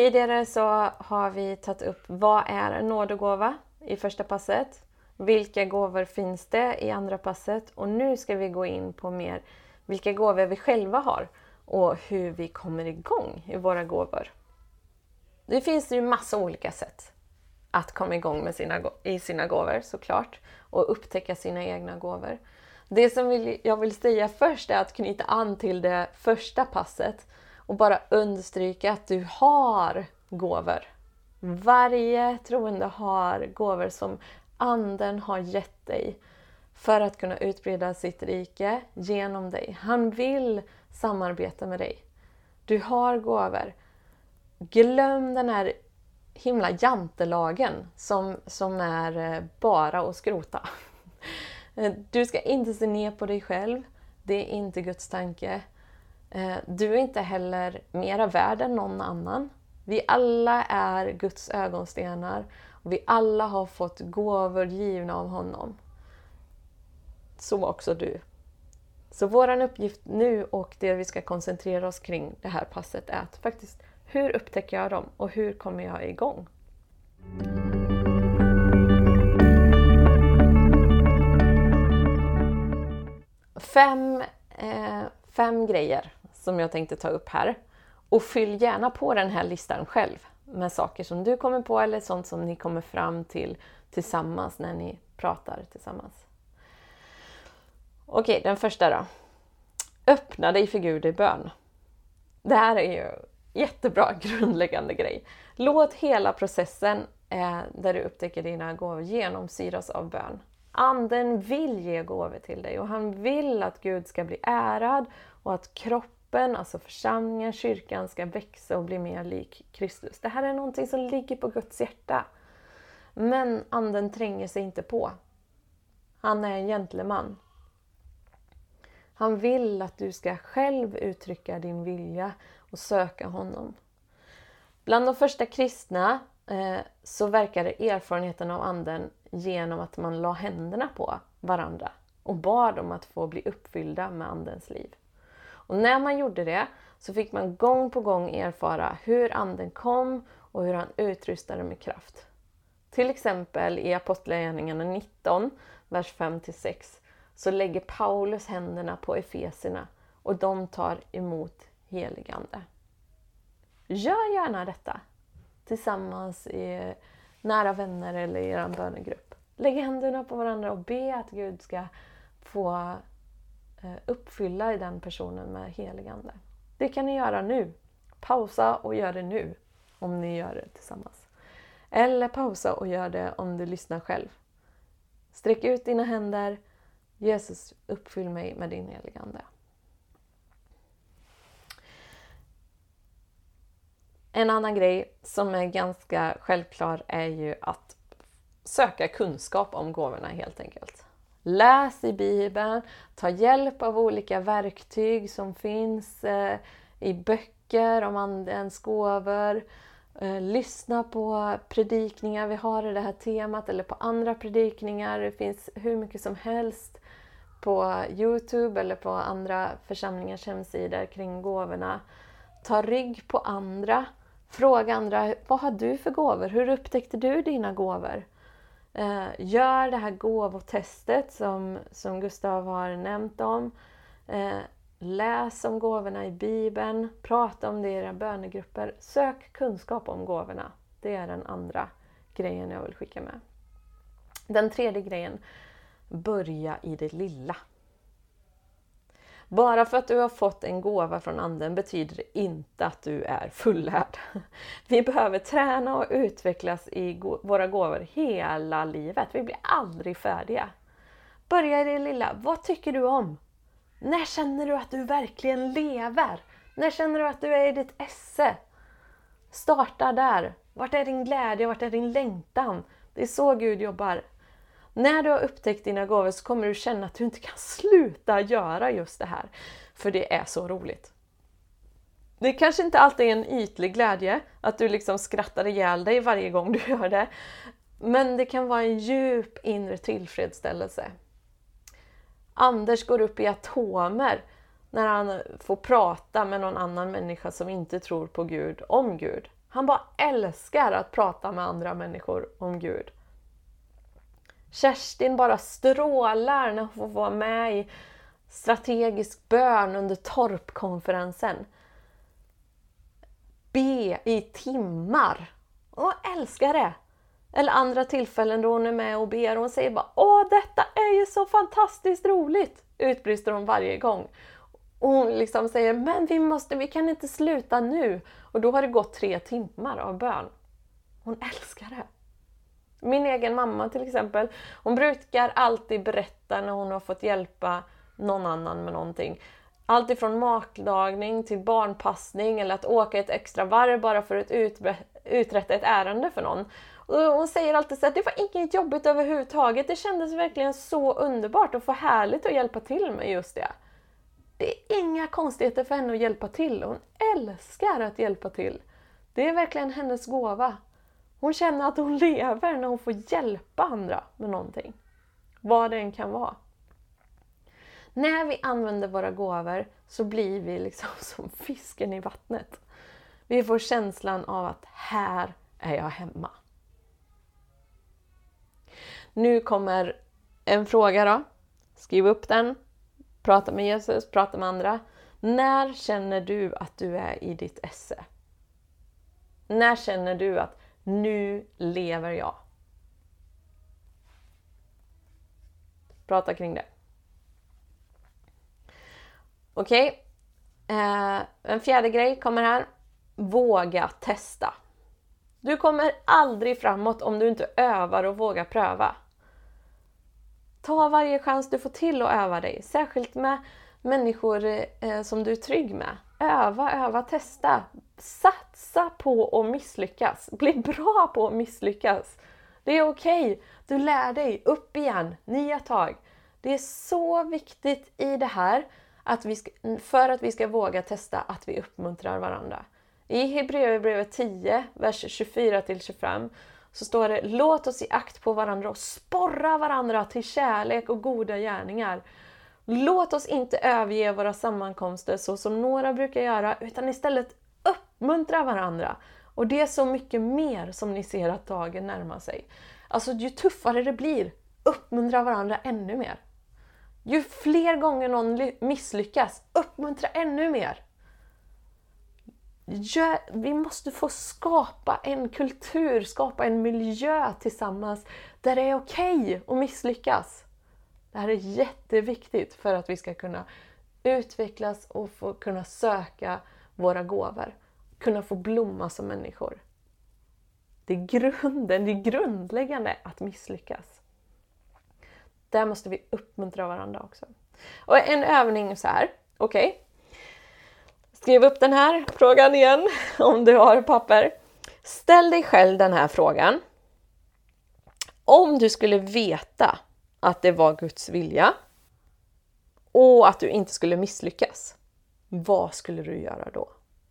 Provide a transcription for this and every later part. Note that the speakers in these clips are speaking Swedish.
Tidigare så har vi tagit upp vad är en nådegåva i första passet. Vilka gåvor finns det i andra passet? Och nu ska vi gå in på mer vilka gåvor vi själva har och hur vi kommer igång i våra gåvor. Det finns ju massa olika sätt att komma igång med sina gåvor såklart och upptäcka sina egna gåvor. Det som jag vill säga först är att knyta an till det första passet och bara understryka att du har gåvor. Varje troende har gåvor som Anden har gett dig för att kunna utbreda sitt rike genom dig. Han vill samarbeta med dig. Du har gåvor. Glöm den här himla jantelagen som är bara att skrota. Du ska inte se ner på dig själv. Det är inte Guds tanke. Du är inte heller mera värd än någon annan. Vi alla är Guds ögonstenar. Och vi alla har fått gåvor givna av honom. Så också du. Så våran uppgift nu och det vi ska koncentrera oss kring det här passet är att faktiskt, hur upptäcker jag dem och hur kommer jag igång? Fem grejer som jag tänkte ta upp här. Och fyll gärna på den här listan själv med saker som du kommer på eller sånt som ni kommer fram till tillsammans när ni pratar tillsammans. Okej, den första då. Öppna dig för Gud i bön. Det här är ju jättebra grundläggande grej. Låt hela processen där du upptäcker dina gåvor genomsyras av bön. Anden vill ge gåvor till dig och han vill att Gud ska bli ärad och att kroppen, alltså församlingen, kyrkan ska växa och bli mer lik Kristus. Det här är någonting som ligger på Guds hjärta. Men anden tränger sig inte på. Han är en gentleman. Han vill att du ska själv uttrycka din vilja och söka honom. Bland de första kristna så verkade erfarenheten av anden genom att man la händerna på varandra och bad om att få bli uppfyllda med andens liv. Och när man gjorde det så fick man gång på gång erfara hur anden kom och hur han utrustade med kraft. Till exempel i Apostlagärningarna 19, vers 5-6 så lägger Paulus händerna på efeserna och de tar emot heligande. Gör gärna detta tillsammans i nära vänner eller i er bönegrupp. Lägg händerna på varandra och be att Gud ska få uppfylla i den personen med heligande. Det kan ni göra nu. Pausa och gör det nu om ni gör det tillsammans. Eller pausa och gör det om du lyssnar själv. Sträck ut dina händer. Jesus, uppfyll mig med din heligande. En annan grej som är ganska självklar är ju att söka kunskap om gåvorna helt enkelt. Läs i Bibeln, ta hjälp av olika verktyg som finns i böcker om andens gåvor. Lyssna på predikningar vi har i det här temat eller på andra predikningar. Det finns hur mycket som helst på YouTube eller på andra församlingars hemsidor kring gåvorna. Ta rygg på andra. Fråga andra, vad har du för gåvor? Hur upptäckte du dina gåvor? Gör det här gåvotestet som Gustav har nämnt om. Läs om gåvorna i Bibeln. Prata om det i era bönegrupper. Sök kunskap om gåvorna. Det är den andra grejen jag vill skicka med. Den tredje grejen. Börja i det lilla. Bara för att du har fått en gåva från anden betyder det inte att du är fullärd. Vi behöver träna och utvecklas i våra gåvor hela livet. Vi blir aldrig färdiga. Börja i det lilla. Vad tycker du om? När känner du att du verkligen lever? När känner du att du är i ditt esse? Starta där. Vart är din glädje? Vart är din längtan? Det är så Gud jobbar. När du har upptäckt dina gåvor så kommer du känna att du inte kan sluta göra just det här. För det är så roligt. Det kanske inte alltid är en ytlig glädje. Att du liksom skrattar ihjäl dig varje gång du gör det. Men det kan vara en djup inre tillfredsställelse. Anders går upp i atomer när han får prata med någon annan människa som inte tror på Gud om Gud. Han bara älskar att prata med andra människor om Gud. Kerstin bara strålar när hon får vara med i strategisk bön under torpkonferensen. Be i timmar. Och älskar det. Eller andra tillfällen då hon är med och ber. Och hon säger bara, detta är ju så fantastiskt roligt. Utbrister hon varje gång. Och hon liksom säger, men vi kan inte sluta nu. Och då har det gått 3 timmar av bön. Hon älskar det. Min egen mamma till exempel, hon brukar alltid berätta när hon har fått hjälpa någon annan med någonting. Allt ifrån matlagning till barnpassning eller att åka ett extra varv bara för att uträtta ett ärende för någon. Och hon säger alltid så att det var inget jobbigt överhuvudtaget. Det kändes verkligen så underbart och för härligt att hjälpa till med just det. Det är inga konstigheter för henne att hjälpa till. Hon älskar att hjälpa till. Det är verkligen hennes gåva. Hon känner att hon lever när hon får hjälpa andra med någonting. Vad det än kan vara. När vi använder våra gåvor så blir vi liksom som fisken i vattnet. Vi får känslan av att här är jag hemma. Nu kommer en fråga då. Skriv upp den. Prata med Jesus, prata med andra. När känner du att du är i ditt esse? När känner du att nu lever jag? Prata kring det. Okej. En fjärde grej kommer här. Våga testa. Du kommer aldrig framåt om du inte övar och vågar pröva. Ta varje chans du får till att öva dig. Särskilt med människor som du är trygg med. Öva, testa. Satsa på att misslyckas. Bli bra på att misslyckas. Det är okej. Du lär dig upp igen. Nya tag. Det är så viktigt i det här för att vi ska våga testa att vi uppmuntrar varandra. I Hebreerbrevet 10, vers 24-25 så står det: låt oss i akt på varandra och sporra varandra till kärlek och goda gärningar. Låt oss inte överge våra sammankomster så som några brukar göra, utan istället uppmuntra varandra. Och det är så mycket mer som ni ser att dagen närmar sig. Alltså ju tuffare det blir, uppmuntra varandra ännu mer. Ju fler gånger någon misslyckas, uppmuntra ännu mer. Vi måste få skapa en kultur, skapa en miljö tillsammans där det är okej att misslyckas. Det här är jätteviktigt för att vi ska kunna utvecklas och få kunna söka våra gåvor. Kunna få blomma som människor. Det är grundläggande att misslyckas. Där måste vi uppmuntra varandra också. Och en övning så här, okej. Skriv upp den här frågan igen om du har papper. Ställ dig själv den här frågan. Om du skulle veta att det var Guds vilja och att du inte skulle misslyckas, vad skulle du göra då?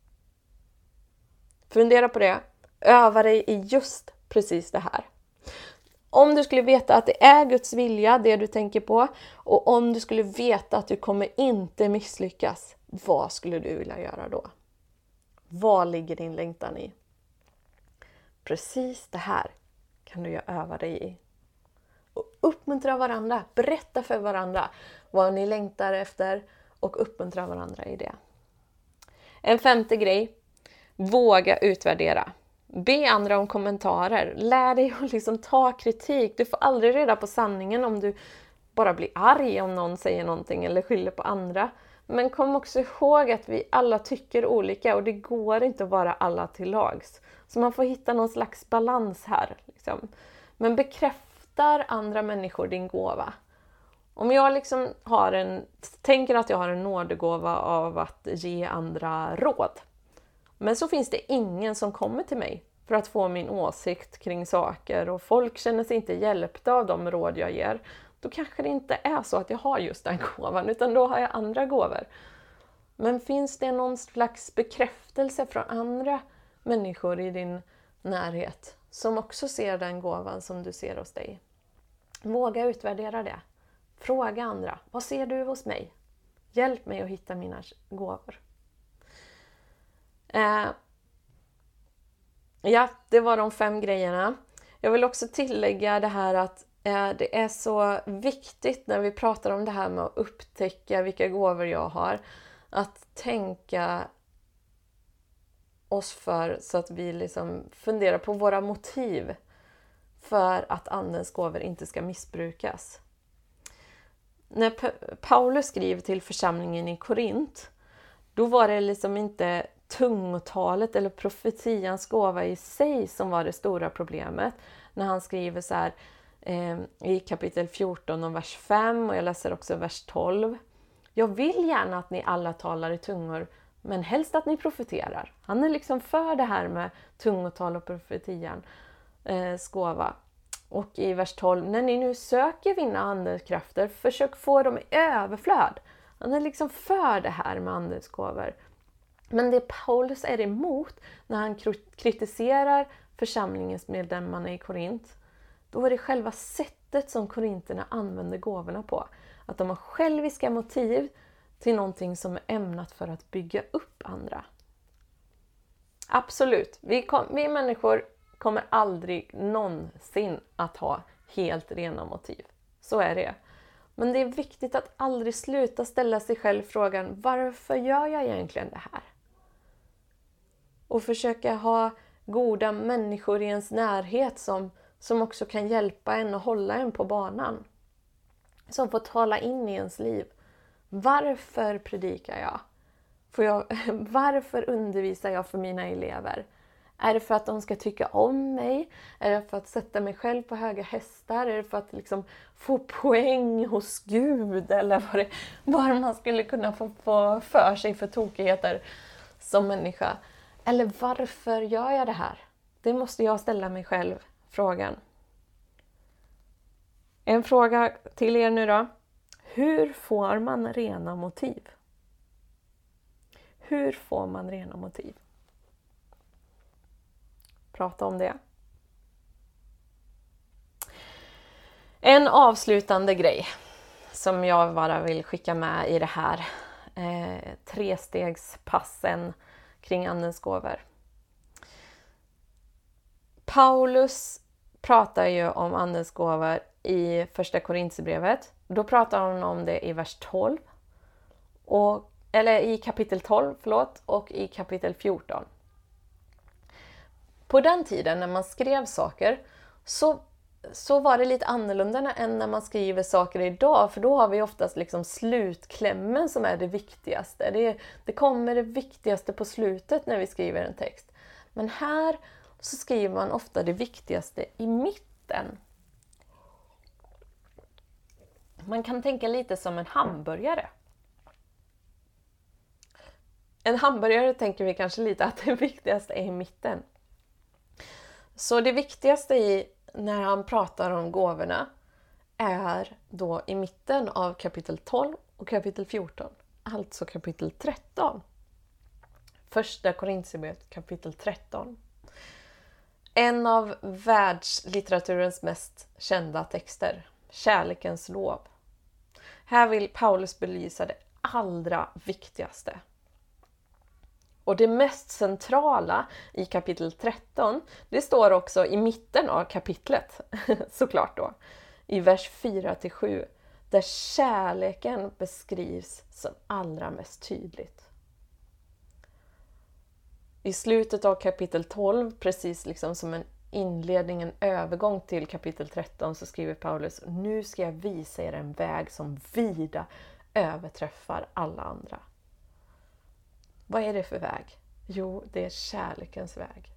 Fundera på det. Öva dig i just precis det här. Om du skulle veta att det är Guds vilja, det du tänker på, och om du skulle veta att du kommer inte misslyckas, vad skulle du vilja göra då? Vad ligger din längtan i? Precis det här kan du öva dig i. Och uppmuntra varandra, berätta för varandra vad ni längtar efter och uppmuntra varandra i det. En femte grej, våga utvärdera. Be andra om kommentarer. Lär dig att liksom ta kritik. Du får aldrig reda på sanningen om du bara blir arg om någon säger någonting eller skyller på andra. Men kom också ihåg att vi alla tycker olika och det går inte att vara alla till lags. Så man får hitta någon slags balans här. Liksom. Men bekräftar andra människor din gåva? Om jag liksom tänker att jag har en nådegåva av att ge andra råd. Men så finns det ingen som kommer till mig för att få min åsikt kring saker och folk känner sig inte hjälpta av de råd jag ger. Då kanske det inte är så att jag har just den gåvan utan då har jag andra gåvor. Men finns det någon slags bekräftelse från andra människor i din närhet som också ser den gåvan som du ser hos dig? Våga utvärdera det. Fråga andra. Vad ser du hos mig? Hjälp mig att hitta mina gåvor. Ja, det var de 5 grejerna. Jag vill också tillägga det här att det är så viktigt när vi pratar om det här med att upptäcka vilka gåvor jag har. Att tänka oss för så att vi liksom funderar på våra motiv för att andens gåvor inte ska missbrukas. När Paulus skrev till församlingen i Korint, då var det liksom inte tungotalet eller profetians gåva i sig som var det stora problemet. När han skriver så här i kapitel 14 och vers 5, och jag läser också vers 12. Jag vill gärna att ni alla talar i tungor, men helst att ni profeterar. Han är liksom för det här med tungotal och profetians gåva. Och i vers 12, när ni nu söker vinna andens krafter, försök få dem i överflöd. Han är liksom för det här med andens gåvor. Men det Paulus är emot när han kritiserar församlingens medlemmarna i Korint, då är det själva sättet som korinterna använder gåvorna på. Att de har själviska motiv till någonting som är ämnat för att bygga upp andra. Absolut, vi människor kommer aldrig någonsin att ha helt rena motiv. Så är det. Men det är viktigt att aldrig sluta ställa sig själv frågan, varför gör jag egentligen det här? Och försöka ha goda människor i ens närhet som också kan hjälpa en och hålla en på banan. Som får tala in i ens liv. Varför predikar jag? Varför undervisar jag för mina elever? Är det för att de ska tycka om mig? Är det för att sätta mig själv på höga hästar? Är det för att liksom få poäng hos Gud? Eller vad man skulle kunna få för sig för tokigheter som människa? Eller varför gör jag det här? Det måste jag ställa mig själv frågan. En fråga till er nu då. Hur får man rena motiv? Hur får man rena motiv? Prata om det. En avslutande grej som jag bara vill skicka med i det här 3-stegspassen kring andens gåvor. Paulus pratar ju om andens gåvor i första Korinthierbrevet. Då pratar han om det i vers 12. Eller i kapitel 12, och i kapitel 14. På den tiden när man skrev saker så var det lite annorlunda än när man skriver saker idag. För då har vi oftast liksom slutklämmen som är det viktigaste. Det kommer det viktigaste på slutet när vi skriver en text. Men här så skriver man ofta det viktigaste i mitten. Man kan tänka lite som en hamburgare. En hamburgare tänker vi kanske lite att det viktigaste är i mitten. Så det viktigaste när han pratar om gåvorna är då i mitten av kapitel 12 och kapitel 14. Alltså kapitel 13. Första Korinthierbrevet kapitel 13. En av världslitteraturens mest kända texter. Kärlekens lov. Här vill Paulus belysa det allra viktigaste. Och det mest centrala i kapitel 13, det står också i mitten av kapitlet, såklart då, i vers 4-7, där kärleken beskrivs som allra mest tydligt. I slutet av kapitel 12, precis liksom som en inledning, en övergång till kapitel 13, så skriver Paulus: nu ska jag visa er en väg som vida överträffar alla andra. Vad är det för väg? Jo, det är kärlekens väg.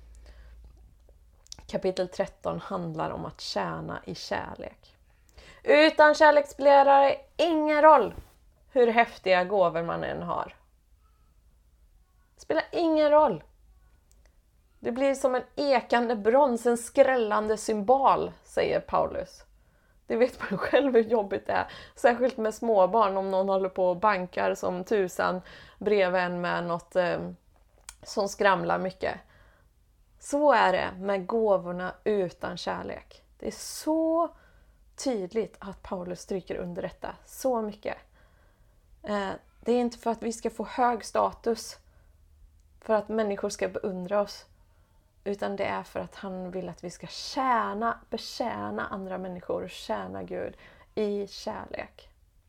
Kapitel 13 handlar om att tjäna i kärlek. Utan kärlek spelar det ingen roll hur häftiga gåvor man än har. Det spelar ingen roll. Det blir som en ekande brons, en skrällande symbol, säger Paulus. Det vet man själv hur jobbigt det är. Särskilt med småbarn, om någon håller på och bankar som tusan bredvid en med något som skramlar mycket. Så är det med gåvorna utan kärlek. Det är så tydligt att Paulus stryker under detta så mycket. Det är inte för att vi ska få hög status, för att människor ska beundra oss. Utan det är för att han vill att vi ska betjäna andra människor och tjäna Gud i kärlek.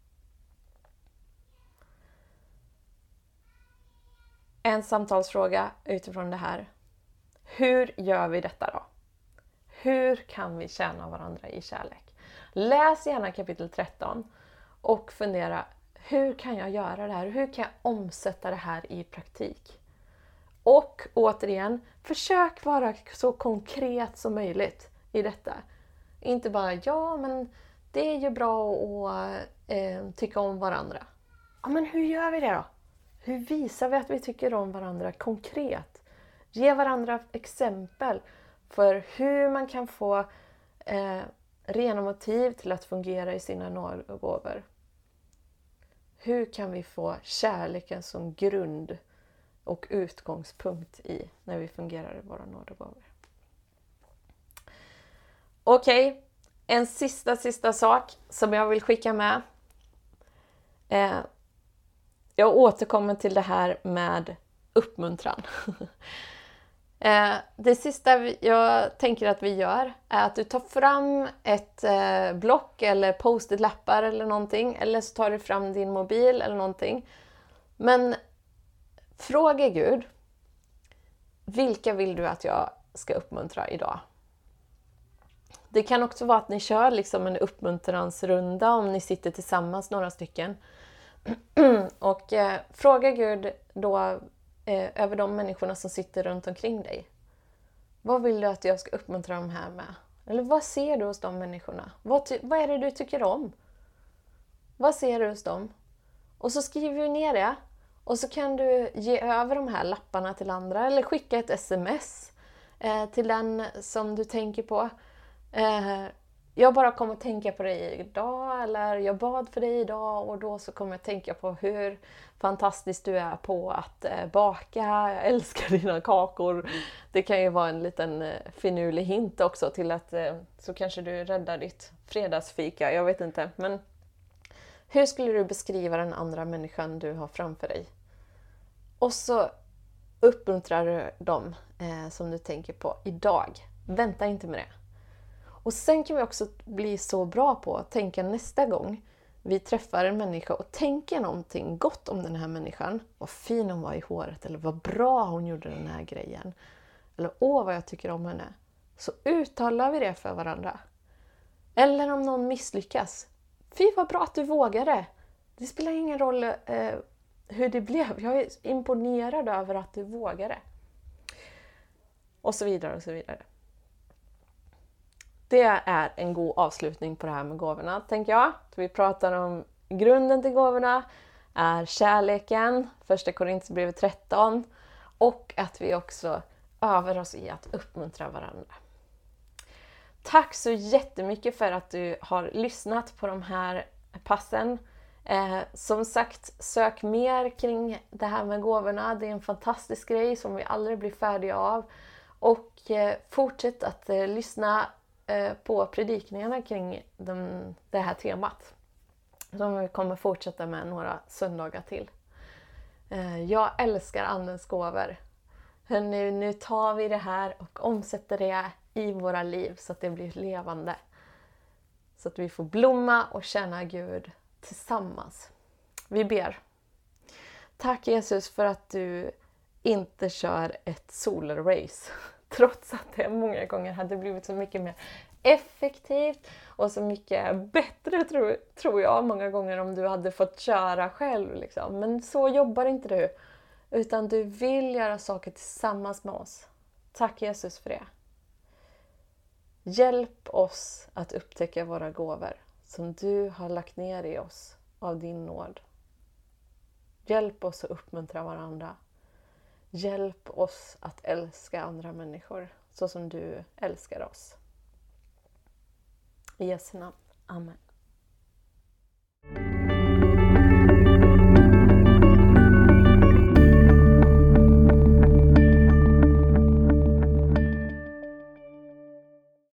En samtalsfråga utifrån det här. Hur gör vi detta då? Hur kan vi tjäna varandra i kärlek? Läs gärna kapitel 13 och fundera, hur kan jag göra det här? Hur kan jag omsätta det här i praktik? Och återigen, försök vara så konkret som möjligt i detta. Inte bara, ja men det är ju bra att tycka om varandra. Ja men hur gör vi det då? Hur visar vi att vi tycker om varandra konkret? Ge varandra exempel för hur man kan få rena motiv till att fungera i sina nådegåvor. Hur kan vi få kärleken som grund och utgångspunkt i när vi fungerar i våra nådegåvor? Okej, en sista sak som jag vill skicka med. Jag återkommer till det här med uppmuntran. Det sista jag tänker att vi gör är att du tar fram ett block eller post-it-lappar eller någonting. Eller så tar du fram din mobil eller någonting. Men fråga Gud, vilka vill du att jag ska uppmuntra idag? Det kan också vara att ni kör liksom en uppmuntransrunda om ni sitter tillsammans några stycken. Och fråga Gud då över de människorna som sitter runt omkring dig. Vad vill du att jag ska uppmuntra dem här med? Eller vad ser du hos de människorna? Vad är det du tycker om? Vad ser du hos dem? Och så skriver du ner det. Och så kan du ge över de här lapparna till andra. Eller skicka ett sms till den som du tänker på. Jag bara kommer att tänka på dig idag, eller jag bad för dig idag och då så kommer jag tänka på hur fantastisk du är på att baka. Jag älskar dina kakor. Det kan ju vara en liten finurlig hint också till att så kanske du räddar ditt fredagsfika, jag vet inte. Men hur skulle du beskriva den andra människan du har framför dig? Och så uppmuntrar du dem som du tänker på idag. Vänta inte med det. Och sen kan vi också bli så bra på att tänka nästa gång vi träffar en människa och tänker någonting gott om den här människan. Vad fin hon var i håret, eller vad bra hon gjorde den här grejen. Eller vad jag tycker om henne. Så uttalar vi det för varandra. Eller om någon misslyckas. Fy vad bra att du vågade. Det spelar ingen roll hur det blev. Jag är imponerad över att du vågade. Och så vidare och så vidare. Det är en god avslutning på det här med gåvorna, tänker jag. Vi pratar om grunden till gåvorna är kärleken, första Korinthierbrevet 13. Och att vi också övar oss i att uppmuntra varandra. Tack så jättemycket för att du har lyssnat på de här passen. Som sagt, sök mer kring det här med gåvorna. Det är en fantastisk grej som vi aldrig blir färdiga av. Och fortsätt att lyssna på predikningarna kring det här temat. Som vi kommer fortsätta med några söndagar till. Jag älskar andens gåvor. Hörrni, nu tar vi det här och omsätter det i våra liv så att det blir levande. Så att vi får blomma och känna Gud tillsammans. Vi ber. Tack Jesus för att du inte kör ett solo-race. Trots att det många gånger hade blivit så mycket mer effektivt och så mycket bättre tror jag många gånger om du hade fått köra själv. Liksom. Men så jobbar inte du. Utan du vill göra saker tillsammans med oss. Tack Jesus för det. Hjälp oss att upptäcka våra gåvor som du har lagt ner i oss av din nåd. Hjälp oss att uppmuntra varandra. Hjälp oss att älska andra människor så som du älskar oss. I Jesu namn. Amen.